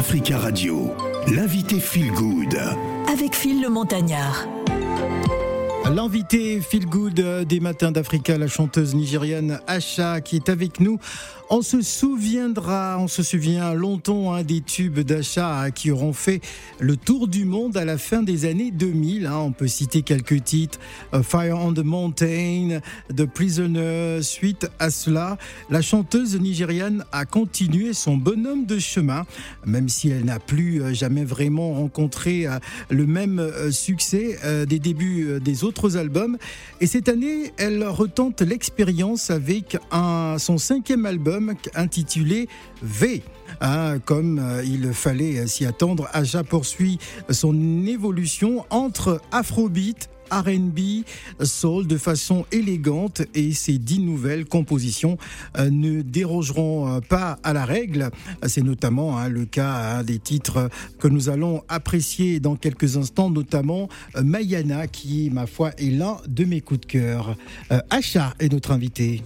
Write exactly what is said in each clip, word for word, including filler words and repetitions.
Africa Radio, l'invité Feel Good. Avec Phil le Montagnard. L'invité Feel Good des matins d'Africa, la chanteuse nigériane Asha, qui est avec nous. On se souviendra, on se souvient longtemps hein, des tubes d'Asha hein, qui auront fait le tour du monde à la fin des années deux mille. Hein. On peut citer quelques titres, uh, Fire on the Mountain, The Prisoner. Suite à cela, la chanteuse nigériane a continué son bonhomme de chemin, même si elle n'a plus euh, jamais vraiment rencontré euh, le même euh, succès euh, des débuts euh, des autres albums. Et cette année, elle retente l'expérience avec un, son cinquième album intitulé V. Hein, comme euh, il fallait s'y attendre, Asha poursuit son évolution entre Afrobeat, R and B, soul de façon élégante, et ces dix nouvelles compositions euh, ne dérogeront euh, pas à la règle. C'est notamment hein, le cas hein, des titres que nous allons apprécier dans quelques instants, notamment euh, Mayana, qui, ma foi, est l'un de mes coups de cœur. Euh, Asha est notre invitée.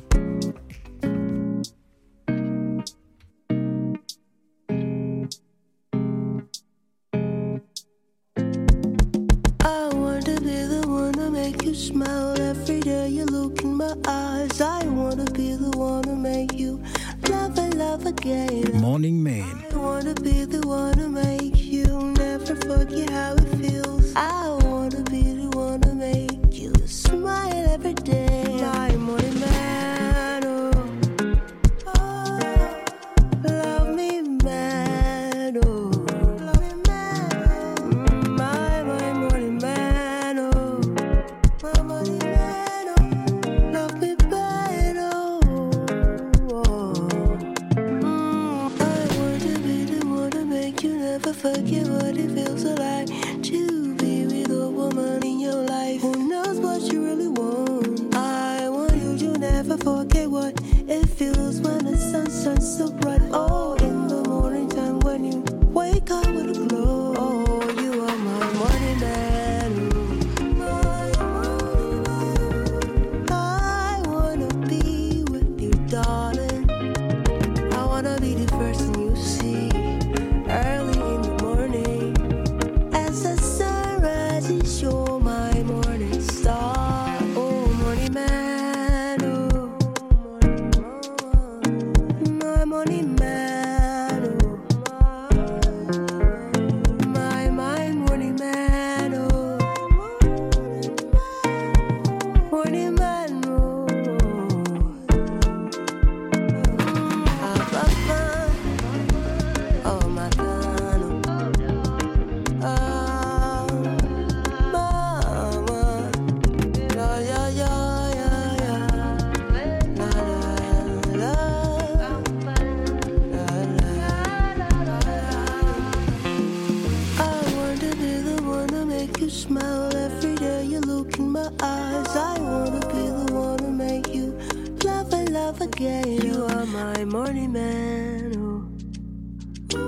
Smile every day you look in my eyes. I wanna be the one to make you love and love again. Morning Man. I wanna be the one to make you never forget how it feels. I wanna be the one to make you smile every day. My morning man, oh, oh love me man, oh, love me man, oh. my my morning man, oh. Love me back, oh, oh. Mm, I want to be the one to make you never forget what it feels like to be with a woman in your life who knows what you really want. I want you to never forget what it feels when the sun shines so bright. Oh, in the morning time when you wake up with a glow. Oh, you are my morning man. Darling, I wanna be the person you see early in the morning. As the sun rises, you're my morning star. Oh, morning man, oh, my morning man, oh, my, my morning man, oh, morning man. Smile every day you look in my eyes. I wanna be the one to make you love and love again. You are my morning man, oh.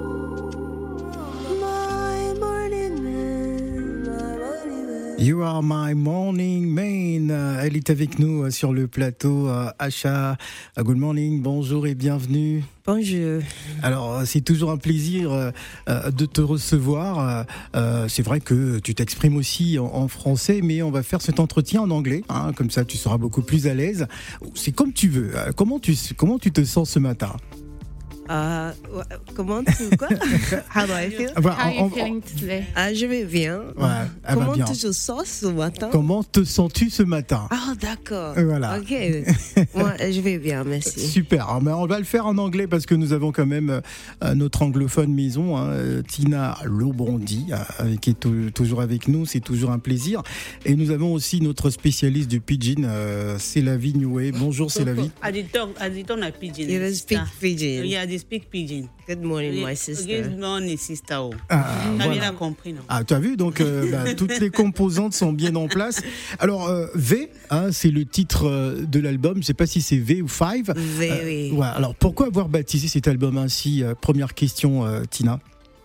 My morning man, my morning man. You are my morning man. Elle est avec nous sur le plateau. Asha, good morning, bonjour et bienvenue. Bonjour. Alors, c'est toujours un plaisir euh, de te recevoir. Euh, c'est vrai que tu t'exprimes aussi en, en français, mais on va faire cet entretien en anglais. Hein, comme ça, tu seras beaucoup plus à l'aise. C'est comme tu veux. Comment tu, comment tu te sens ce matin ? Uh, comment tu quoi? How do I feel? Enfin, How are you on, feeling today? Ah, je vais bien. Ouais, elle Comment va bien. tu te sens ce matin? Comment te sens-tu ce matin? Ah, d'accord. Voilà. Ok. Moi, je vais bien, merci. Super. Alors, mais on va le faire en anglais parce que nous avons quand même euh, notre anglophone maison, hein, Tina Lobondi, euh, qui est t- toujours avec nous. C'est toujours un plaisir. Et nous avons aussi notre spécialiste du pidgin, euh, Célavie Nioué. Bonjour Célavie. I did talk, I did talk pidgin. You don't speak pidgin. Yeah, I did speak pidgin. Good morning, Yeah, my sister. Good morning, sister. Oh. Ah, T'as voilà. bien compris, non? Ah, tu as vu, donc euh, bah, toutes les composantes sont bien en place. Alors, euh, V, hein, c'est le titre euh, de l'album. Je ne sais pas si c'est V ou Five. V, Euh, oui. ouais, alors, pourquoi avoir baptisé cet album ainsi euh, Première question, euh, Tina.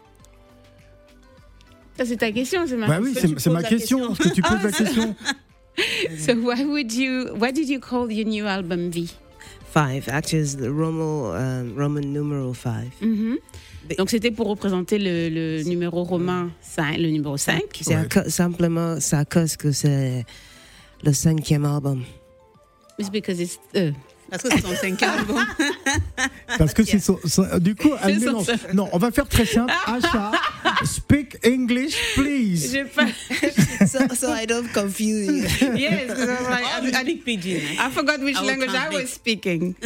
Ça, c'est ta question, c'est ma Bah oui, que tu c'est, c'est poses ma la question. question. Est-ce que tu poses la question? So why would you, why did you call your new album V? five. Actually, it's the Roman, um, Roman numeral five. Mhm. Donc c'était pour représenter le, le numéro romain cinq, le numéro cinq. C'est Ouais. à co- simplement, c'est à cause que c'est le cinquième album. It's because it's uh, parce que c'est son cinquième album. Parce que c'est son, son- du coup, elle C'est son mélange. seul. Non, on va faire très simple. Asha, speak English, please. J'ai pas. so, so I don't confuse you. Yes, because I was like, Oh, I need pidgin. Ah, I forgot which Ah, I will language I translate. was speaking.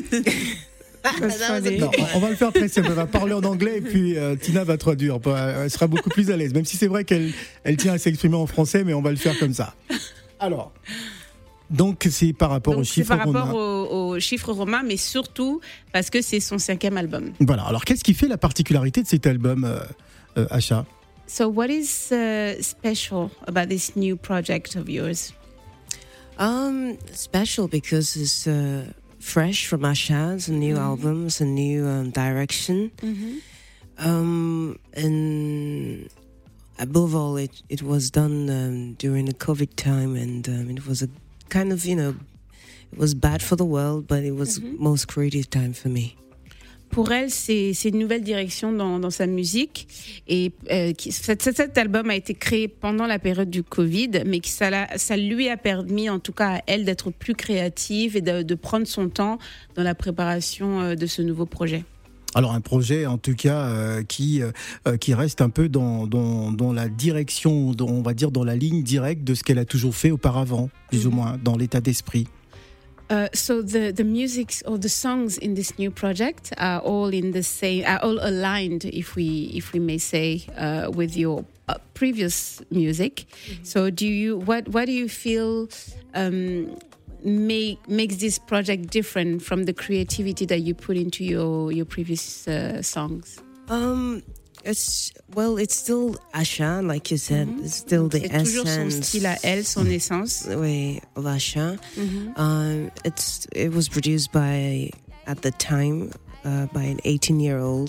That's funny. Non, on va le faire très simple. Elle va parler en anglais et puis euh, Tina va traduire. Elle sera beaucoup plus à l'aise. Même si c'est vrai qu'elle elle tient à s'exprimer en français, mais on va le faire comme ça. Alors, donc c'est par rapport Donc, aux c'est chiffres par rapport romains. aux, aux chiffres romains, mais surtout parce que c'est son cinquième album. Voilà. Alors, qu'est-ce qui fait la particularité de cet album, euh, euh, Asha? So, what is uh, special about this new project of yours? Um, special because it's uh, fresh from Asha. It's a new album, it's a new um, direction. Um, and above all, it, it was done um, during the COVID time, and um, it was a kind of, you know, it was bad for the world, but it was most creative time for me. Pour elle, c'est c'est une nouvelle direction dans, dans sa musique. Et euh, qui, cet, cet album a été créé pendant la période du Covid, mais qui, ça, l'a- ça lui a permis, en tout cas à elle, d'être plus créative et de, de prendre son temps dans la préparation euh, de ce nouveau projet. Alors un projet en tout cas euh, qui euh, qui reste un peu dans, dans dans la direction, dans- on va dire dans la ligne directe de ce qu'elle a toujours fait auparavant, plus ou moins dans l'état d'esprit. Uh, so the the music or the songs in this new project are all in the same, are all aligned, if we if we may say, uh, with your uh, previous music. So do you what what do you feel um, make makes this project different from the creativity that you put into your your previous uh, songs? Um, it's well, it's still Asha, like you said. It's still the C'est toujours son essence. style à elle, son essence. Way of Asha. Um, it's it was produced by at the time uh, by an eighteen-year-old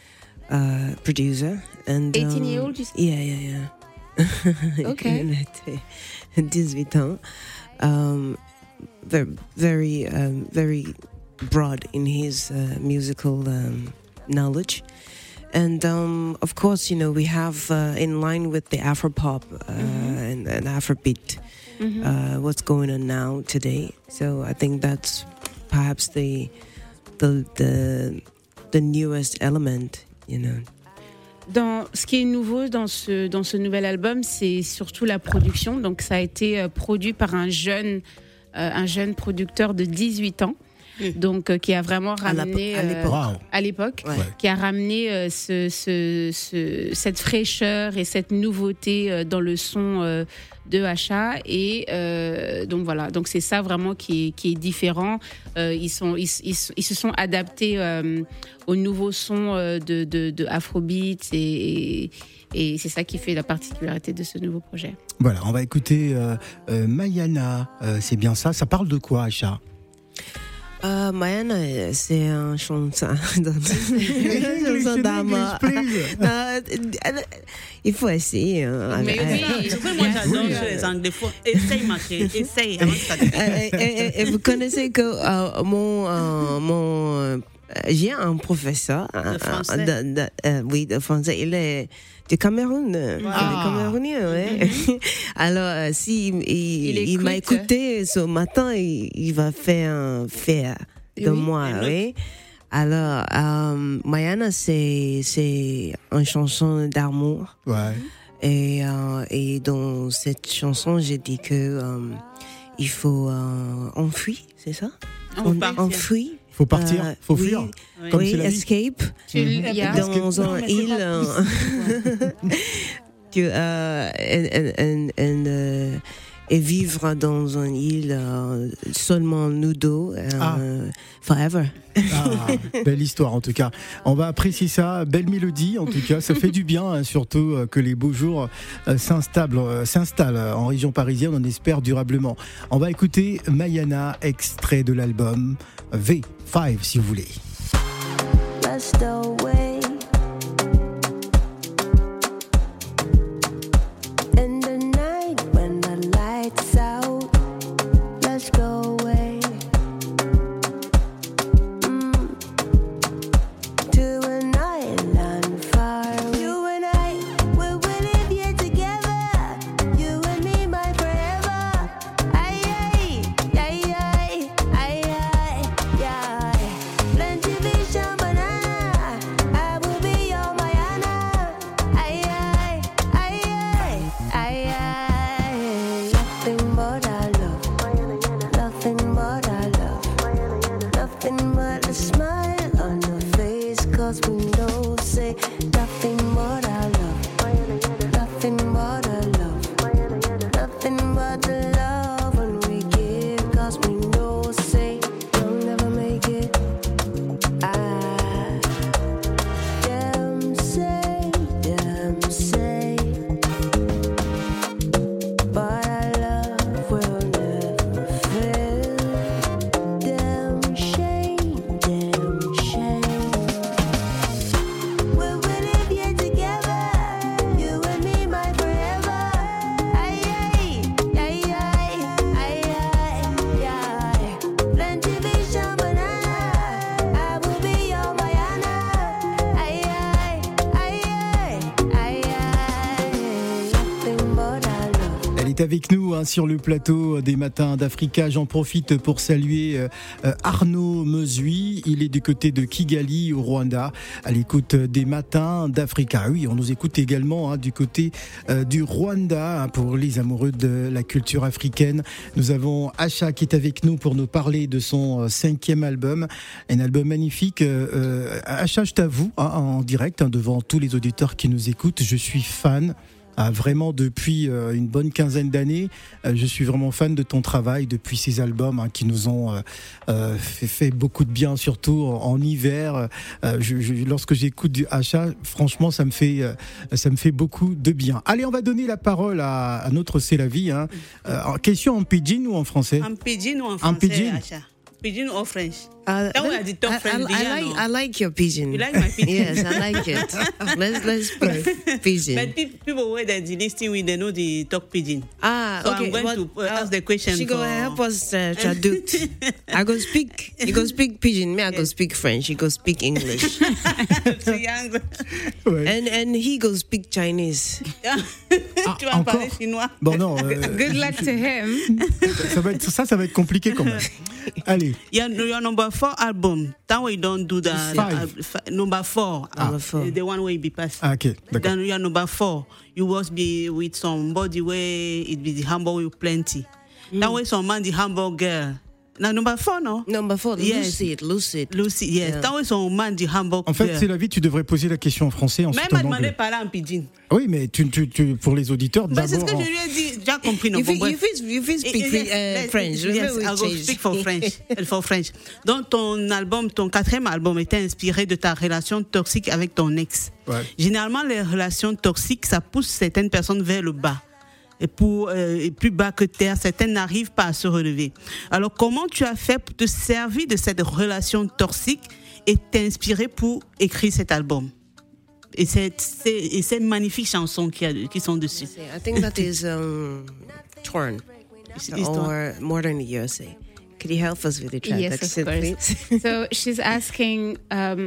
uh, producer. And um, eighteen-year-old, you said? Yeah, yeah, yeah. Okay. Il était dix-huit ans. Um, very, very, um, very broad in his uh, musical um, knowledge. And um, of course, you know, we have uh, in line with the Afropop uh, and, and Afrobeat, uh, what's going on now today. So I think that's perhaps the the the, the newest element, you know. Dans, ce qui est nouveau dans ce, dans ce nouvel album, c'est surtout la production. Donc, ça a été euh, produit par un jeune, euh, un jeune producteur de dix-huit ans. Donc, euh, qui a vraiment À la- ramené à euh, l'époque. Wow. à l'époque, Ouais. qui a ramené euh, ce, ce, ce, cette fraîcheur et cette nouveauté euh, dans le son euh, de Asha. Et euh, donc voilà, donc c'est ça vraiment qui est, qui est différent. Euh, ils, sont, ils, ils, ils se sont adaptés euh, au nouveau son euh, de, de, de Afrobeat et, et, et c'est ça qui fait la particularité de ce nouveau projet. Voilà, on va écouter euh, euh, Mayana, euh, c'est bien ça. Ça parle de quoi, Asha? Euh, Mayana, c'est un chanson. English, in English, please. Euh, il faut essayer. hein. Mais Euh, oui. euh, Oui. Moi, j'adore les anglophones. Essaye, ma chérie, essaye avant de et, et- et vous connaissez que euh, mon, euh, mon euh, j'ai un professeur De français. euh, de- de- euh, oui, de français. Il est du Cameroun. Il est camerounais, ouais. Alors, euh, si il, il- Il il m'a écoute. écouté ce matin, il, il va faire un faire de Oui. moi, oui. Alors, euh, Mayana, c'est c'est une chanson d'amour. Ouais. Et, euh, et dans cette chanson, j'ai dit que euh, il faut euh, enfuir, c'est ça? On On- part. Enfuir. Faut partir, Euh, faut oui, fuir. Comme oui, c'est la vie. escape. Tu, yeah. Dans Non, un mais c'est île. pas euh, que, euh, and- and- and- and, euh, et vivre dans une île euh, seulement nous deux, euh, Ah. forever. Ah, belle histoire en tout cas. On va apprécier ça, belle mélodie en tout cas. Ça fait du bien, hein, surtout euh, que les beaux jours euh, s'installent, euh, s'installent euh, en région parisienne, on espère durablement. On va écouter Mayana, extrait de l'album V cinq si vous voulez. Rest away. In the night when the lights out, let's go away. avec nous hein, sur le plateau des Matins d'Africa. J'en profite pour saluer euh, Arnaud Mesui. Il est du côté de Kigali au Rwanda, à l'écoute des Matins d'Africa. Oui, on nous écoute également hein, du côté euh, du Rwanda hein, pour les amoureux de la culture africaine. Nous avons Acha qui est avec nous pour nous parler de son euh, cinquième album, un album magnifique. Euh, Acha, je t'avoue hein, en direct hein, devant tous les auditeurs qui nous écoutent, je suis fan. Ah, vraiment depuis euh, une bonne quinzaine d'années, euh, je suis vraiment fan de ton travail depuis ces albums hein, qui nous ont euh, euh, fait, fait beaucoup de bien, surtout en, en hiver. Euh, je, je, lorsque j'écoute du Acha, franchement, ça me fait euh, ça me fait beaucoup de bien. Allez, on va donner la parole à, à notre C'est la vie. Hein. Euh, question en pidgin ou en français? En pidgin ou en français? En pidgin. Acha. Pidgin or French? Uh, That way I did talk I, French. I, I like I like your pidgin. You like my pidgin? Yes, I like it. let's let's play pidgin. But pe- people where they listen with, they know the talk pidgin. Ah, So okay. I'm going but, to uh, ask the question She go for- help us uh, traduce. I go speak. You go speak pidgin. Me, I go speak French. You go speak English. Ouais. and and he go speak Chinese. Tu vas parler encore chinois? Bon non, euh, Good luck to him. ça va être ça, ça va être compliqué quand même. Allez. Your, your number four album, that way you don't do that. Five. Uh, f- number four. Number four. The, the one where you be passed. Ah, ok, d'accord. Then your number four, you must be with somebody where it be the humble you plenty. That way some man the humble girl. Now number four, no? Number four, Yes. lucid, lucid. Lucy, yes. Yeah. That way some man the humble En fait, girl. c'est la vie. Tu devrais poser la question en français, ensuite Même en m'a demandé anglais. de parler en pidgin. Oui, mais tu, tu, tu, pour les auditeurs, Ben, c'est ce d'abord. que en- je lui ai dit. J'ai compris, non? You Bon, feel, bref. you feel, you feel speak Yes, uh, yes, French. Yes, Maybe we I go change. speak for French. For French. Donc, ton album, ton quatrième album était inspiré de ta relation toxique avec ton ex. Ouais. Généralement, les relations toxiques, ça pousse certaines personnes vers le bas. Et, pour, euh, et plus bas que terre, certaines n'arrivent pas à se relever. Alors, comment tu as fait pour te servir de cette relation toxique et t'inspirer pour écrire cet album? Et, cette, ces, et ces magnifiques chansons qui, a, qui sont dessus. I think that is um, torn It's- it's torn. or modern U S A. Could you help us with the track? Yes, That's of it, course. please? So she's asking, um,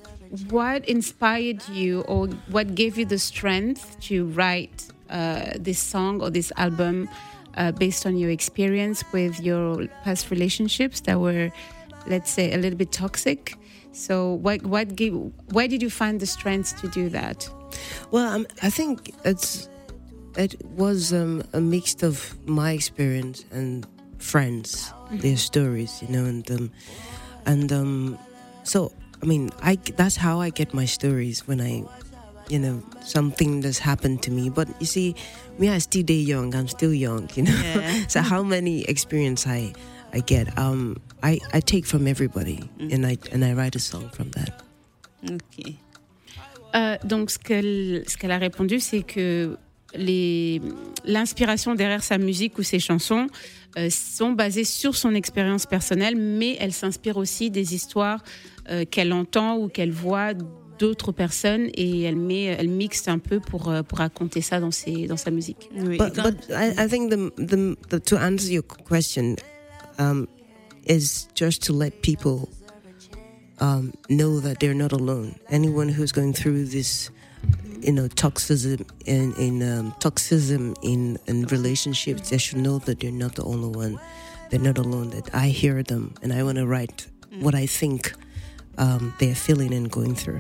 what inspired you, or what gave you the strength to write uh, this song or this album uh, based on your experience with your past relationships that were, let's say, a little bit toxic? So, what what gave? Why did you find the strength to do that? Well, um, I think it's it was um, a mix of my experience and friends, their stories, you know, and um, and um, so I mean, I that's how I get my stories when I, you know, something that's happened to me. But you see, me, I still day young. I'm still young, you know. Yeah. So how many experience I I get, um, I I take from everybody, and I and I write a song from that. Ok. Euh, donc, ce qu'elle, ce qu'elle a répondu, c'est que les, l'inspiration derrière sa musique ou ses chansons euh, sont basées sur son expérience personnelle, mais elle s'inspire aussi des histoires euh, qu'elle entend ou qu'elle voit d'autres personnes, et elle met, elle mixe un peu pour euh, pour raconter ça dans ses, dans sa musique. Oui. But but I, I think the, the the to answer your question, um, is just to let people um, know that they're not alone. Anyone who's going through this, you know, toxism in in um, toxism in in relationships, they should know that they're not the only one. They're not alone. That I hear them, and I want to write what I think um, they're feeling and going through.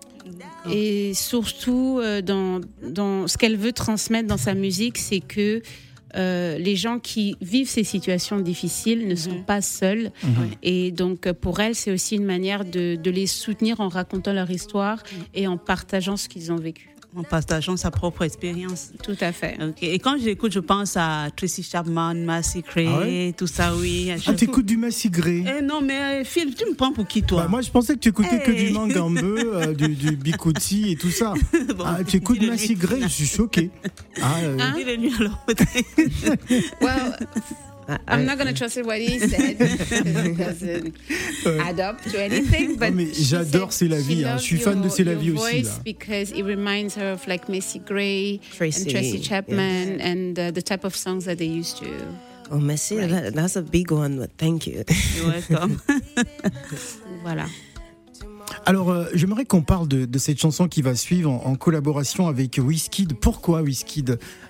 Et surtout, euh, dans, dans ce qu'elle veut transmettre dans sa musique, c'est que euh, les gens qui vivent ces situations difficiles ne sont pas seuls. Et donc, pour elle, c'est aussi une manière de, de les soutenir en racontant leur histoire et en partageant ce qu'ils ont vécu. En partageant sa propre expérience. Tout à fait. Ok. Et quand je l'écoute, je pense à Tracy Chapman, Massey Gray, Ah ouais tout ça, oui. Ah, t'écoutes du Massey Gray? Eh non, mais Phil, tu me prends pour qui, toi? Bah, moi, je pensais que tu écoutais que Hey. du Mangambe, euh, du, du Bikuti et tout ça. Bon, Ah, tu écoutes dis-le lui. Massey Gray, je suis choqué. Ah, euh, Dis-le lui alors. Well, I'm not going to trust what he said. It doesn't add up to anything. But Non, mais she j'adore said C'est la she vie, hein. loves Je suis fan de your- C'est la your vie aussi, voice là. because it reminds her of like Macy Gray Tracy, and Tracy Chapman and uh, the type of songs that they used to. Oh, Messi, that, that's a big one. But thank you. You're welcome. Voilà. Alors, euh, j'aimerais qu'on parle de, de cette chanson qui va suivre en, en collaboration avec Wizkid. Pourquoi Wizkid?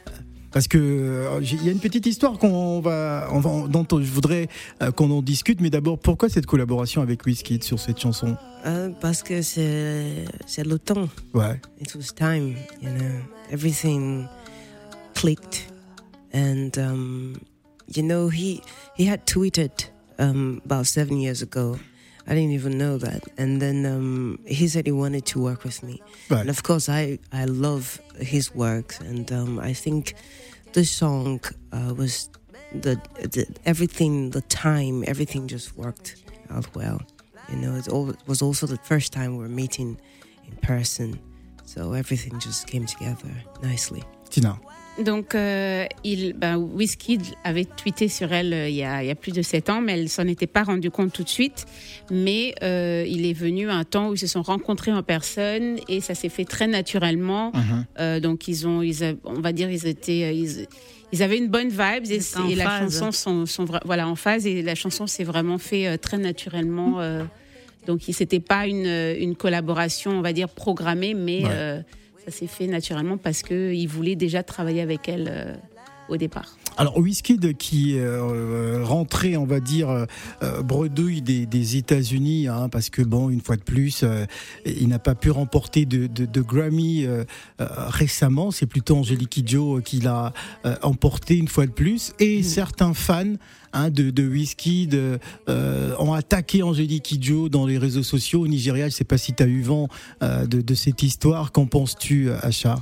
Parce que euh, il y a une petite histoire qu'on va, on va dont je voudrais euh, qu'on en discute. Mais d'abord, pourquoi cette collaboration avec Wizkid sur cette chanson? Uh, parce que c'est, c'est le temps. Ouais. It was time, you know. Everything clicked. And, um, you know, he, he had tweeted um, about seven years ago. I didn't even know that. And then um, he said he wanted to work with me. Right. And of course, I, I love his work. And um, I think the song uh, was the, the everything, the time, everything just worked out well. You know, it al- was also the first time we were meeting in person. So everything just came together nicely. Tina. Donc, euh, il, ben, Wizkid avait tweeté sur elle euh, il, y a, il y a plus de sept ans, mais elle s'en était pas rendue compte tout de suite. Mais euh, il est venu un temps où ils se sont rencontrés en personne et ça s'est fait très naturellement. Mm-hmm. Euh, donc, ils ont, ils a, on va dire, ils étaient, ils, ils avaient une bonne vibe et, en et la phase. chanson sont, sont vra- voilà en phase et la chanson s'est vraiment fait euh, très naturellement. Euh, donc, c'était pas une, une collaboration, on va dire programmée, mais Ouais. euh, ça s'est fait naturellement parce qu'il voulait déjà travailler avec elle euh, au départ. Alors Wizkid qui est euh, rentré, on va dire, euh, bredouille des, des États-Unis, hein, parce que bon, une fois de plus, euh, il n'a pas pu remporter de, de, de Grammy euh, euh, récemment. C'est plutôt Angélique Kidjo qui l'a euh, emporté une fois de plus. Et mmh. certains fans hein, de, de Wizkid euh, ont attaqué Angélique Kidjo dans les réseaux sociaux au Nigeria. Je ne sais pas si tu as eu vent euh, de, de cette histoire. Qu'en penses-tu, Asha?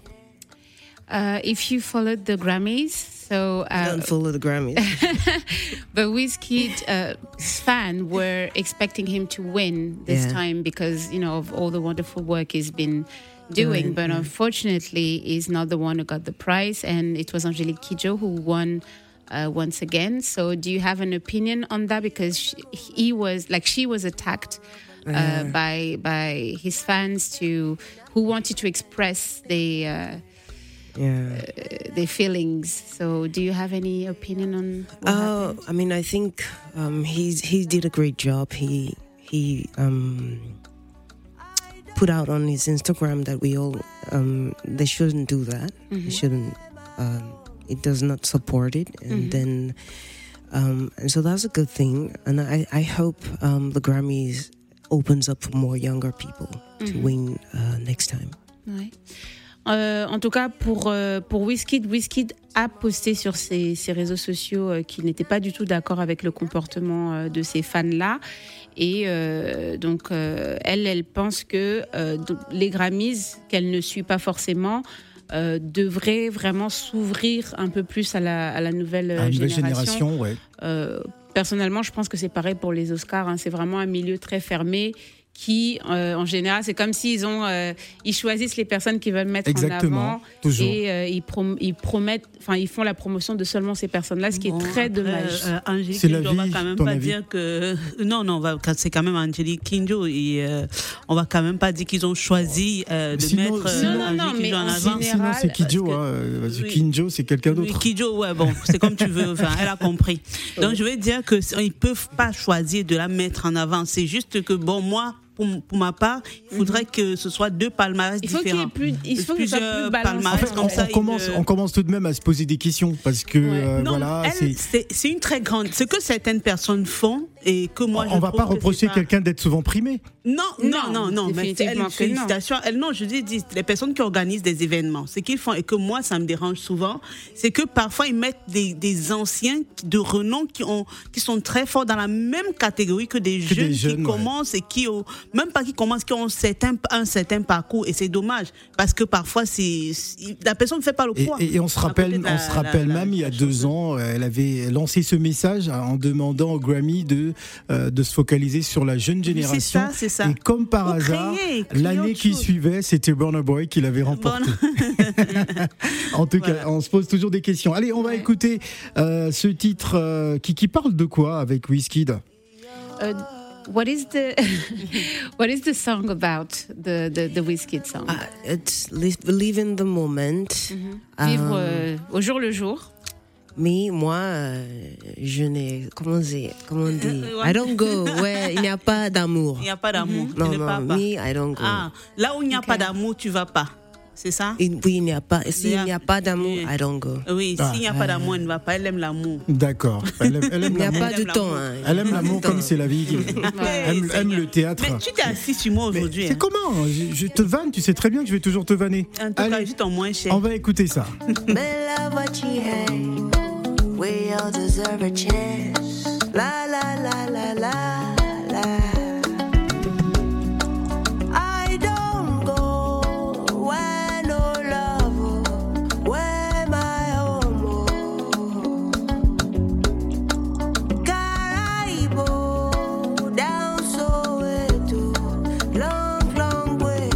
Uh, if you followed the Grammys, so uh, I don't follow the Grammys. but Wizkid uh, fans were expecting him to win this Yeah. time because you know of all the wonderful work he's been doing. Doing, but yeah. unfortunately, he's not the one who got the prize, and it was Angélique Kidjo who won. Uh, once again, so do you have an opinion on that? Because she, he was like she was attacked uh, Yeah. by by his fans to who wanted to express the. Uh, Yeah. their feelings. So, do you have any opinion on what Oh, happened? I mean, I think um, he's he did a great job. He he um, put out on his Instagram that we all um, they shouldn't do that. They shouldn't. Um, it does not support it, and then um, and so that's a good thing. And I I hope um, the Grammys opens up for more younger people to win uh, next time. Ouais. Euh, en tout cas, pour, euh, pour Wizkid, Wizkid a posté sur ses, ses réseaux sociaux euh, qu'il n'était pas du tout d'accord avec le comportement euh, de ces fans-là. Et euh, donc, euh, elle, elle pense que euh, les Grammys, qu'elle ne suit pas forcément, euh, devraient vraiment s'ouvrir un peu plus à la, à la nouvelle, À la nouvelle génération. génération, ouais. Euh, personnellement, je pense que c'est pareil pour les Oscars. Hein. C'est vraiment un milieu très fermé qui, euh, en général, c'est comme s'ils ont, euh, ils choisissent les personnes qu'ils veulent mettre Exactement, en avant toujours. et euh, ils, prom- ils promettent, enfin, ils font la promotion de seulement ces personnes-là, ce qui Bon, est très après, dommage. euh, Angélique C'est la Kidjo, on va vie, quand même ton pas avis? dire que non, non, on va, c'est quand même Angélique Kidjo et euh, on va quand même pas dire qu'ils ont choisi euh, de Sinon- mettre euh, sinon- Non, non, non, Angélique mais Kidjo en en avant. général, Sinon, c'est Kidjo. parce que- Hein. Parce que oui. Kidjo, c'est quelqu'un Oui, d'autre. Kidjo, ouais, bon, c'est comme tu veux. Enfin, elle a compris. Donc, je veux dire que c- ils peuvent pas choisir de la mettre en avant. C'est juste que bon, moi. Pour, pour ma part, il faudrait que ce soit deux palmarès Il faut qu'il y ait différents. plus, il faut que ce soit Plusieurs plus balancé. En palmarès fait, comme on, ça, on il commence, ne- on commence tout de même à se poser des questions parce que euh, non, voilà, elle, c'est. c'est c'est une très grande. Ce que certaines personnes font et que moi, On je va trouve pas que reprocher c'est pas- quelqu'un d'être souvent primé. Non, non, non, Non, non. Mais c'est- définitivement elle, que non. félicitations. Elle, non, je dis, dis, les personnes qui organisent des événements, ce qu'ils font et que moi, ça me dérange souvent, c'est que parfois ils mettent des, des anciens de renom qui ont, qui sont très forts dans la même catégorie que des, Que jeunes, des jeunes, qui ouais. commencent et qui ont, même pas qui commencent, qui ont certain, un certain parcours. Et c'est dommage parce que parfois c'est, la personne ne fait pas le Et, poids. et- et on se À rappelle, côté de on la- se rappelle la- la- même il y a la deux chanson. ans, elle avait lancé ce message en demandant au Grammy de euh, de se focaliser sur la jeune c'est génération. ça, c'est ça. Et comme par Faut hasard, créer, créer l'année autre qui chose. suivait, c'était Burna Boy qui l'avait remporté. En tout cas, Voilà. on se pose toujours des questions. Allez, on va Ouais. écouter euh, ce titre euh, qui, qui parle de quoi avec Wizkid? Uh, what is the what is the song about, the the, the Wizkid song? Uh, it's live, live in the moment. Vivre Um, euh, au jour le jour. Mais moi, euh, je n'ai comment dire, comment dire, ouais. I don't go. Ouais, il n'y a pas d'amour. Il n'y a pas d'amour. Tu Non, ne non, pars pas. me, I don't go. Ah, là où il n'y a Ok. pas d'amour, tu vas pas. c'est ça? Il- oui, il n'y a pas. S'il Yeah. n'y a pas d'amour, Yeah. I don't go. Oui, Ah. s'il n'y a pas d'amour, elle ne va pas. Elle aime l'amour. D'accord. Elle aime, elle aime Il n'y a l'amour. pas de aime temps. l'amour. hein. Elle aime l'amour Temps. comme c'est la vie. Elle aime, aime le théâtre. Mais tu t'es assis sur moi Mais aujourd'hui. c'est hein. comment je, je te vanne, tu sais très bien que je vais toujours te vanner. En tout cas, Allez, juste en moins cher. on va écouter ça. Me love what you hate. We all deserve a chance. La la la la la la. I don't go where no love, where my home. Caraibo down Soweto, long long way.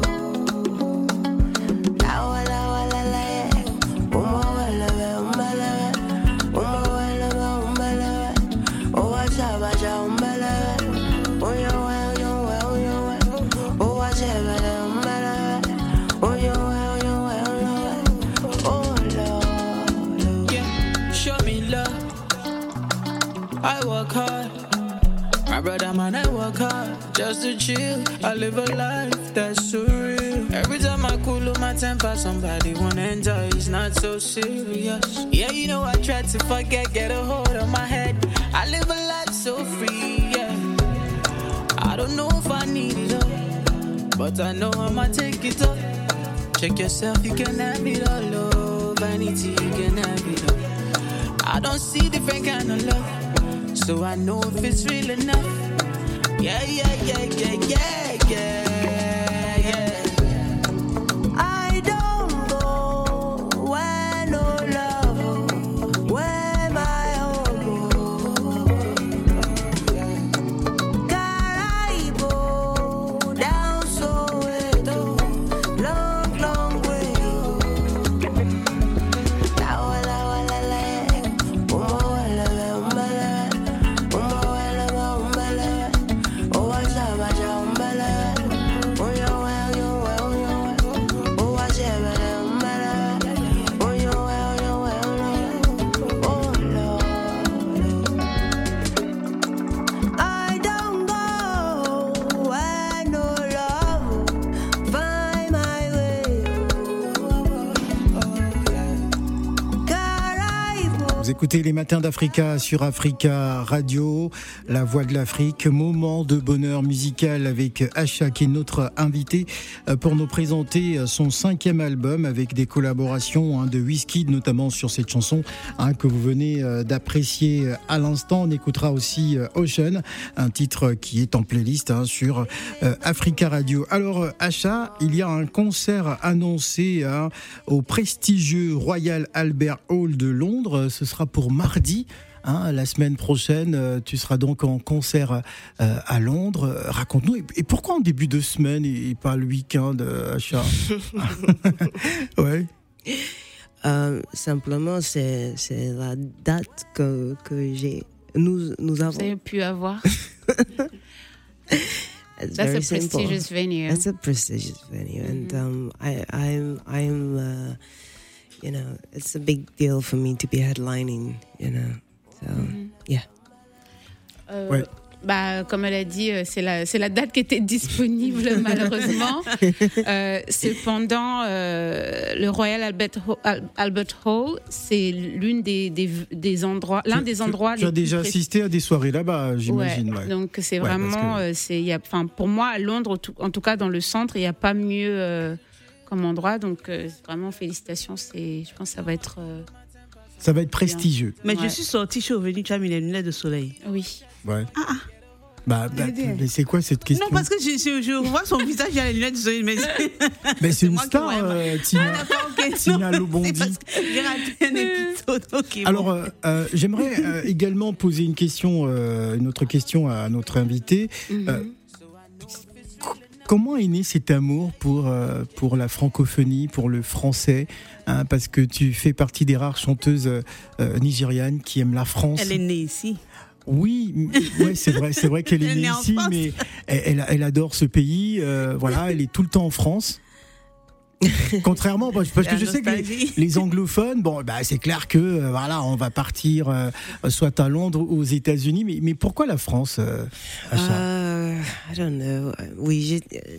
La la la la la. Uma wala umbala, uma wala umbala, oh wacha wacha umbala, oh yo yo yo yo, oh wacha wacha umbala, oh yo yo yo, oh Lord. Yeah, show me love. I work hard. My brother man, I work hard just to chill. I live a life that's surreal. Every time I cool up my temper, somebody wanna enjoy. It's not so serious. Yeah, you know I try to forget, get a hold of my head. I live a life so free. Yeah, I don't know if I need it all, but I know I'ma take it all. Check yourself, you can have it all. Oh, vanity, you can have it all. I don't see different kind of love, so I know if it's real enough. Yeah, yeah, yeah, yeah, yeah, yeah, yeah. I don't go where no love, where my home. Caraibo down Soweto, long long way. La la la la la, uma wala umbala, uma wala umbala, oh wacha wacha umbala, oh yo yo yo yo, oh wacha wacha umbala, oh yo yo yo, oh Lord. I don't go where no love find my way. Caraibo. Vous écoutez les matins d'Africa sur Africa Radio, la voix de l'Afrique, moment de bonheur musical avec Acha qui est notre invité euh, pour nous présenter son cinquième album avec des collaborations hein, de Wizkid notamment sur cette chanson hein, que vous venez euh, d'apprécier à l'instant. On écoutera aussi euh, Ocean, un titre qui est en playlist hein, sur euh, Africa Radio. Alors euh, Acha, il y a un concert annoncé hein, au prestigieux Royal Albert Hall de Londres. Ce sera pour mardi. Hein, la semaine prochaine, euh, tu seras donc en concert euh, à Londres. Euh, Raconte-nous, et, et pourquoi en début de semaine et, et pas le week-end, euh, Acha? Ouais. Euh, simplement, c'est, c'est la date que, que j'ai. Nous, nous Vous avons. avez pu avoir. It's That's a very simple. prestigious venue. That's a prestigious venue, and um, I, I'm, I'm, uh, you know, it's a big deal for me to be headlining, you know. So, yeah. Euh, Ouais. Bah, comme elle a dit, euh, c'est la, c'est la date qui était disponible malheureusement. Euh, cependant, euh, le Royal Albert Hall, Al- Albert Hall, c'est l'une des, des, des endroits, l'un Tu- des tu- endroits Tu les as déjà plus assisté à des soirées là-bas, j'imagine. Ouais, ouais. donc c'est Ouais, parce vraiment, que- euh, c'est, il y a, enfin, pour moi à Londres, tout- en tout cas dans le centre, il n'y a pas mieux euh, comme endroit. Donc euh, vraiment félicitations. C'est, je pense que ça va être, euh, Ça va être prestigieux. Mais je Ouais. suis sortie, je suis revenue, tu as mis les lunettes de soleil. oui. Ouais. Bah, bah, mais c'est quoi cette question? Non, parce que je, je, je vois son visage, il y a les lunettes de soleil. Mais Mais c'est une moi qui star, vois, euh, Tina. Ah, d'accord, ok. Tina Non, Lobondi. c'est parce que j'ai raté un épisode. Ok, bon. Alors, euh, euh, j'aimerais euh, également poser une question, euh, une autre question à notre invité. Euh, Comment est né cet amour pour, euh, pour la francophonie, pour le français hein, parce que tu fais partie des rares chanteuses euh, nigérianes qui aiment la France. Elle est née ici. Oui, m- ouais, c'est vrai, c'est vrai qu'elle est Elle née est en ici, France. mais elle, elle, elle adore ce pays. euh, voilà, elle est tout le temps en France. Contrairement, parce parce que La je sais que les, nostalgie. les anglophones, bon, bah, c'est clair que euh, voilà, on va partir euh, soit à Londres ou aux États-Unis, mais, mais pourquoi la France, euh, Acha Uh, I don't know. Oui, j'ai,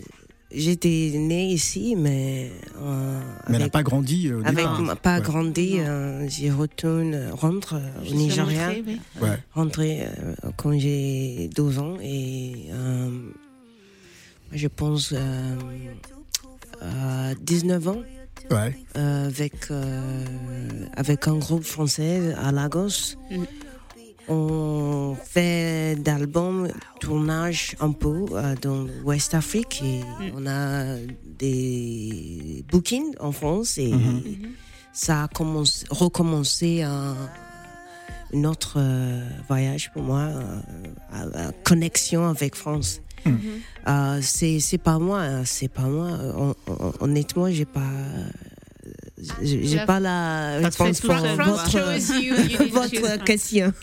j'étais née ici, mais euh, Mais elle n'a avec, pas grandi euh, au avec départ. ma- pas Ouais. grandi. Non. euh, j'y retourne, rentre euh, Je au suis Nigeria. rentrée, oui. Ouais. Rentré euh, quand j'ai douze ans et euh, je pense euh, à dix-neuf ans Ouais. euh, avec, euh, avec un groupe français à Lagos. Mhm. On fait d'albums, tournage un peu euh, dans West Afrique et on a des bookings en France et Mhm. ça a commencé, recommencé un, un autre euh, voyage pour moi, euh, à- à connexion avec France. Mhm. Euh, c'est c'est pas moi, hein, c'est pas moi. Hon- hon- Honnêtement, j'ai pas, j'ai j'ai La- pas la Ça te fait réponse tout pour seul, France Votre- chose you, you didn't choose votre France. question.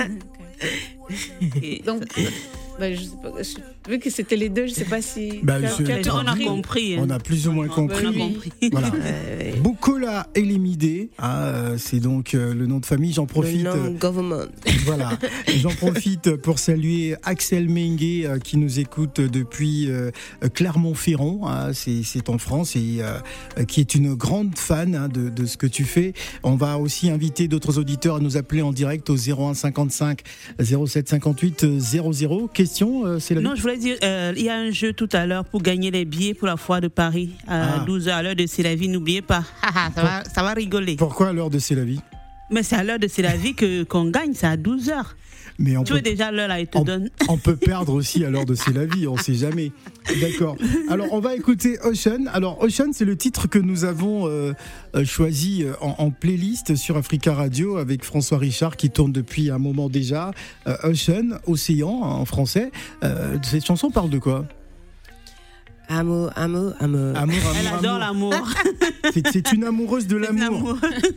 Et- Donc, bah, je sais pas, je- vu que c'était les deux, je sais pas si. Bah, tu as- je- tu as Mais tout on a compris. compris. hein. On a plus ou moins compris. On a Oui. compris. Voilà. Euh, Bukola Elimide, hein, euh, c'est donc euh, le nom de famille. J'en le profite. nom euh, government. Voilà, j'en profite pour saluer Axel Mengue euh, qui nous écoute depuis euh, Clermont-Ferrand, hein, c'est, c'est en France, et euh, qui est une grande fan hein, de, de ce que tu fais. On va aussi inviter d'autres auditeurs à nous appeler en direct au zéro un cinquante-cinq zéro sept cinquante-huit zéro zéro. Question, euh, c'est la Non, je voulais dire, euh, il y a un jeu tout à l'heure pour gagner les billets pour la foire de Paris à Ah. douze heures à l'heure de C'est la vie. N'oubliez pas, Haha, ça, va, ça va rigoler. Pourquoi à l'heure de C'est la vie? Mais c'est à l'heure de C'est la vie que, qu'on gagne, c'est à douze heures. Mais on Tu peut, veux déjà l'heure là, il te on, donne. on peut perdre aussi à l'heure de C'est la vie, on sait jamais. D'accord. Alors on va écouter Ocean. Alors Ocean, c'est le titre que nous avons euh, euh, choisi euh, en, en playlist sur Africa Radio avec François Richard qui tourne depuis un moment déjà. Euh, Ocean, Océan en français. Euh, cette chanson parle de quoi? Amour, amour, amour. Amour, Elle amour, adore amour. l'amour. C'est, c'est une amoureuse de l'amour. L'amour.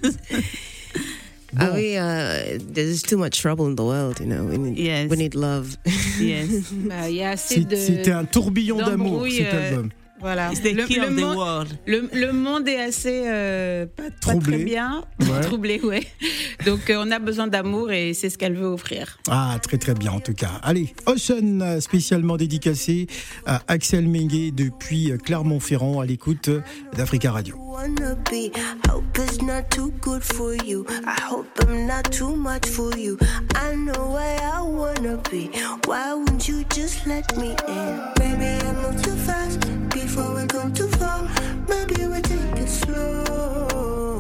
Ah Bon. oui, uh, there's too much trouble in the world, you know. We need, Yes. we need love. Yes. Bah, il y a assez C'est- de. C'était un tourbillon d'amour, d'embrouille, cet euh, album. Voilà. It's the Le, key le of the monde, world. le, le monde est assez euh, pas, pas Troublé. très bien, Ouais. troublé, ouais. Donc euh, on a besoin d'amour et c'est ce qu'elle veut offrir. Ah, très très bien en tout cas. Allez, Ocean euh, spécialement dédicacé à Axel Mengue depuis euh, Clermont-Ferrand à l'écoute euh, d'Africa Radio. Wanna be, hope it's not too good for you. I hope I'm not too much for you. I know where I wanna be. Why wouldn't you just let me in? Maybe I move too fast before we go too far. Maybe we take it slow.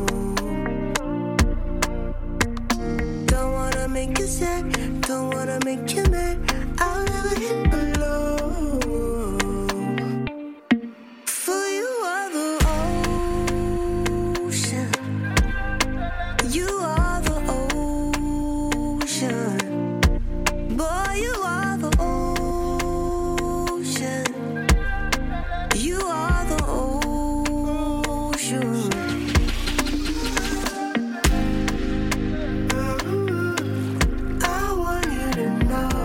Don't wanna make you sad, don't wanna make you mad. I'll never hit below. For you are the ocean. You are the ocean. Boy, you are the ocean. You are the ocean. I want you to know.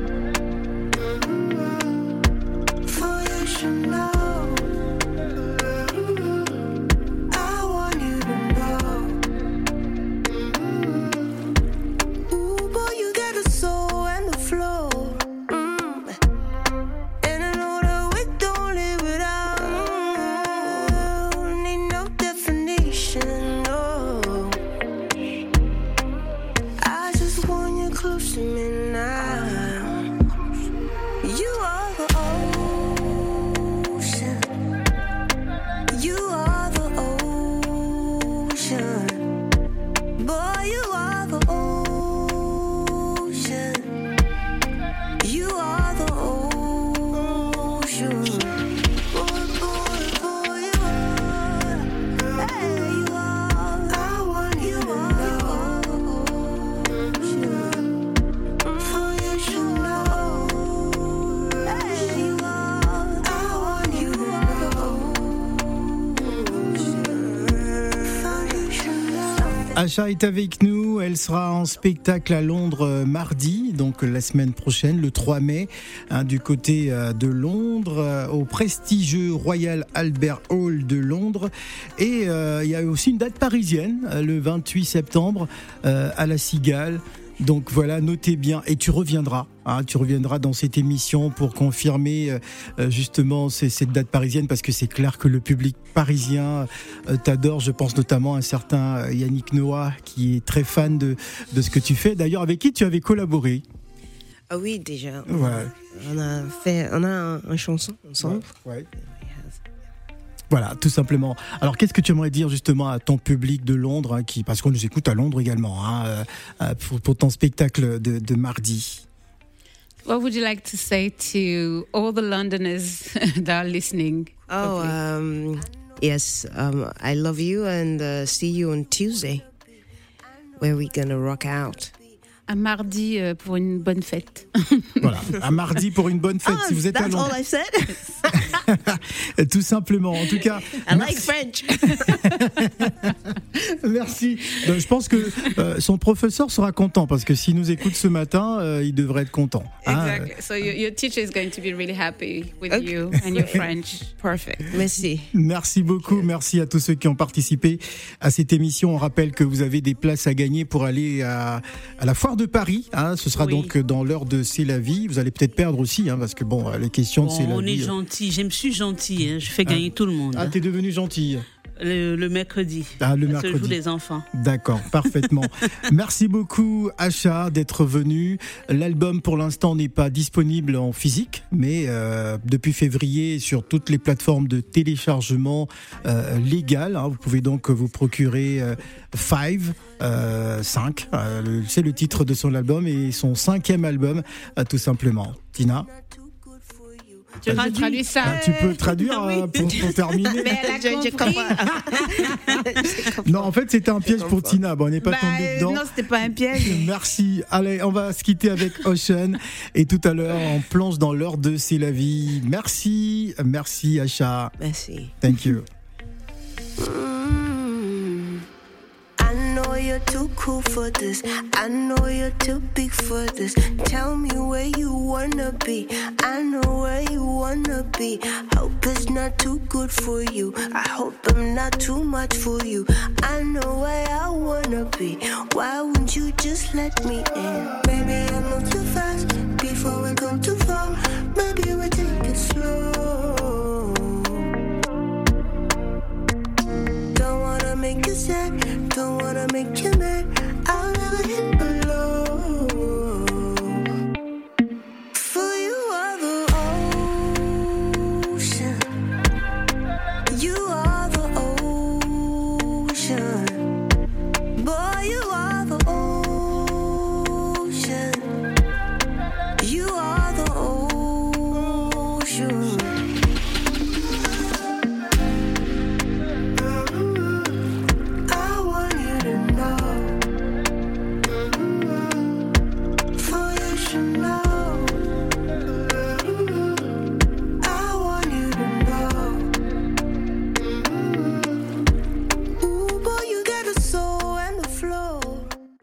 For you should know. I want you to know. Ooh, boy, you got the soul and the flow. Mm. And I know that we don't live without. Need no definition, no. I just want you close to me now. You are the ocean. You are the ocean. Boy, you are the ocean. You are the ocean. Boy, boy, boy, you are. Hey, you are. I want you to know. For you should know. Hey, you are. I want you to know. Acha est avec nous, elle sera en spectacle à Londres euh, mardi, donc euh, la semaine prochaine, le trois mai, hein, du côté euh, de Londres, euh, au prestigieux Royal Albert Hall de Londres. Et euh, il y a aussi une date parisienne, euh, le vingt-huit septembre, euh, à la Cigale. Donc voilà, notez bien. Et tu reviendras, hein, tu reviendras dans cette émission pour confirmer euh, justement ces, cette date parisienne, parce que c'est clair que le public parisien euh, t'adore. Je pense notamment à un certain Yannick Noah qui est très fan de, de ce que tu fais. D'ailleurs, avec qui tu avais collaboré? Ah oui, déjà. Ouais. On a fait, on a un, un chanson ensemble. Ouais, ouais. Voilà, tout simplement. Alors, qu'est-ce que tu aimerais dire justement à ton public de Londres, hein, qui, parce qu'on nous écoute à Londres également, hein, euh, pour, pour ton spectacle de, de mardi? What would you like to say to all the Londoners that are listening? Oh, um, yes. Um, I love you and uh, see you on Tuesday, where we're gonna rock out. Un mardi euh, pour une bonne fête. Voilà, un mardi pour une bonne fête. Oh, si vous êtes à that's Londres. all I said. Tout simplement. En tout cas, I merci. like French. Merci. Ben, je pense que euh, son professeur sera content, parce que s'il nous écoute ce matin, euh, il devrait être content. Hein. Exactly. So your, your teacher is going to be really happy with Okay. you and your French. Perfect. Merci. Merci beaucoup, merci à tous ceux qui ont participé à cette émission. On rappelle que vous avez des places à gagner pour aller à, à la foire de Paris, hein. Ce sera Oui. donc dans l'heure de C'est la vie. Vous allez peut-être perdre aussi, hein, parce que bon, les questions de Bon, C'est la on vie. est gentil, je me suis gentil, hein. Je fais gagner tout le monde. Ah, t'es devenue gentille. Le, le mercredi. Ah, le Parce que je joue mercredi. les enfants. D'accord, parfaitement. Merci beaucoup, Acha, d'être venu. L'album, pour l'instant, n'est pas disponible en physique, mais euh, depuis février, sur toutes les plateformes de téléchargement euh, légales, hein, vous pouvez donc vous procurer euh, Five, euh, cinq, euh, le- c'est le titre de son album et son cinquième album, euh, tout simplement. Tina, Tu peux traduire ça. ah, tu peux traduire Oui. euh, pour, pour terminer? Mais elle a Je- je compris. comprends. Non, en fait, c'était un piège pour Tina. Bon, on n'est pas Bah, tombé dedans. non, c'était pas un piège. Merci. Allez, on va se quitter avec Ocean. Et tout à l'heure, on plonge dans l'heure de C'est la vie. Merci. Merci, Acha. Merci. Thank you. Mm. I know you're too cool for this. I know you're too big for this. Tell me where you wanna be. I know where you wanna be. Hope it's not too good for you. I hope I'm not too much for you. I know where I wanna be. Why wouldn't you just let me in? Maybe I move too fast before we go too far. Maybe we take it